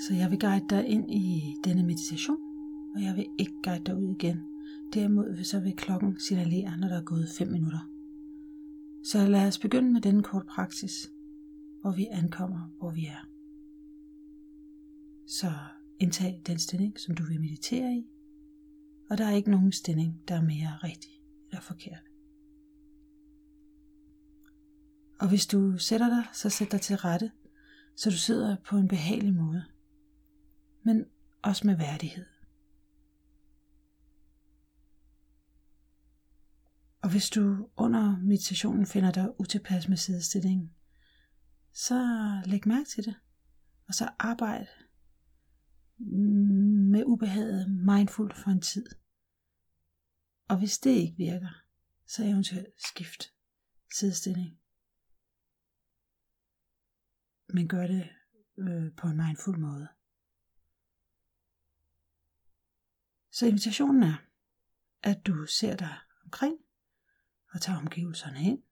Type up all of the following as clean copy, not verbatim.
Så jeg vil guide dig ind i denne meditation, og jeg vil ikke guide dig ud igen. Derimod så vil klokken signalere, når der er gået 5 minutter. Så lad os begynde med denne korte praksis, hvor vi ankommer, hvor vi er. Så indtag den stilling, som du vil meditere i, og der er ikke nogen stilling, der er mere rigtig eller forkert. Og hvis du sætter dig, så sæt dig til rette, så du sidder på en behagelig måde, men også med værdighed. Og hvis du under meditationen finder dig utilpas med siddestillingen, så læg mærke til det, og så arbejd med ubehaget mindful for en tid. Og hvis det ikke virker, så eventuelt skift siddestilling. Men gør det på en mindful måde. Så invitationen er, at du ser dig omkring og tager omgivelserne ind.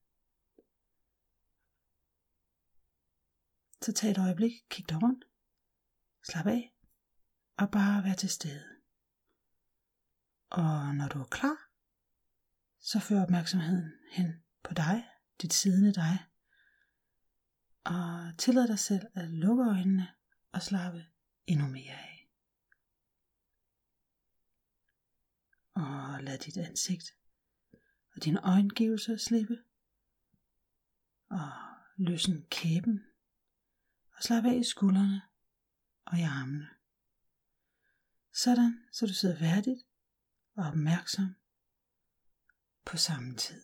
Så tag et øjeblik, kig dig rundt, slap af og bare vær til stede. Og når du er klar, så før opmærksomheden hen på dig, dit siddende dig, og tillad dig selv at lukke øjnene og slappe endnu mere af. Og lad dit ansigt og dine øjengivelser slippe, og løsne kæben, og slap af i skuldrene og i armene. Sådan, så du sidder værdigt og opmærksom på samme tid.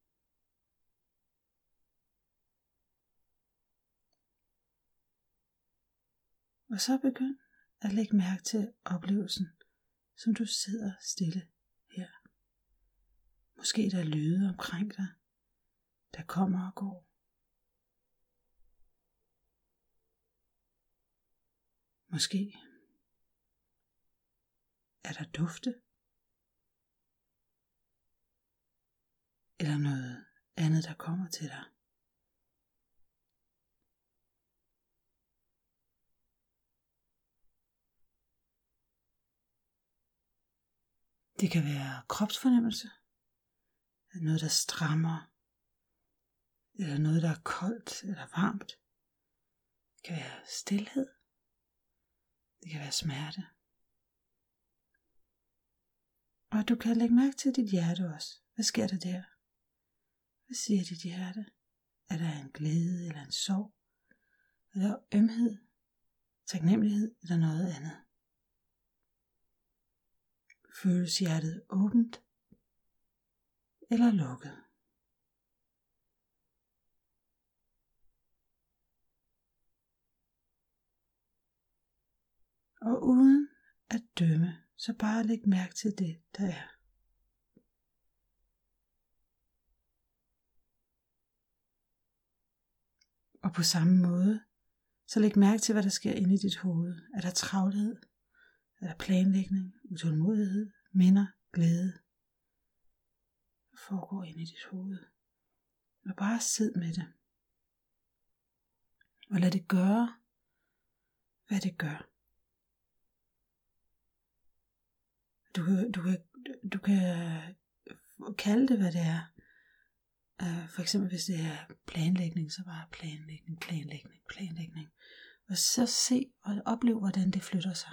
Og så begynd at lægge mærke til oplevelsen, som du sidder stille her. Måske der er lyde omkring dig, der kommer og går. Måske er der dufte, eller noget andet, der kommer til dig. Det kan være kropsfornemmelse, noget der strammer, eller noget der er koldt eller varmt. Det kan være stilhed, det kan være smerte. Og du kan lægge mærke til dit hjerte også. Hvad sker der der? Hvad siger dit hjerte? Er der en glæde eller en sorg? Er der ømhed, taknemmelighed eller noget andet? Føles hjertet åbent eller lukket? Og uden at dømme, så bare læg mærke til det, der er. Og på samme måde, så læg mærke til, hvad der sker inde i dit hoved. Er der travlhed? Er der planlægning, utålmodighed, minder, glæde? Hvad foregår inde i dit hoved? Og bare sid med det. Og lad det gøre, hvad det gør. Du kan kalde det, hvad det er. For eksempel hvis det er planlægning, så bare planlægning. Og så se og oplev, hvordan det flytter sig.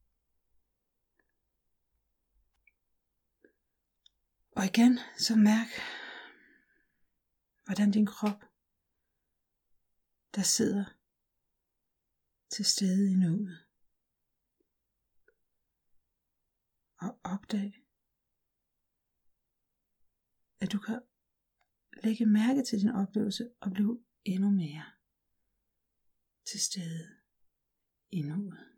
Og igen, så mærk, hvordan din krop, der sidder til stede i nuet. Og opdag, at du kan lægge mærke til din oplevelse og blive endnu mere til stede i nuet.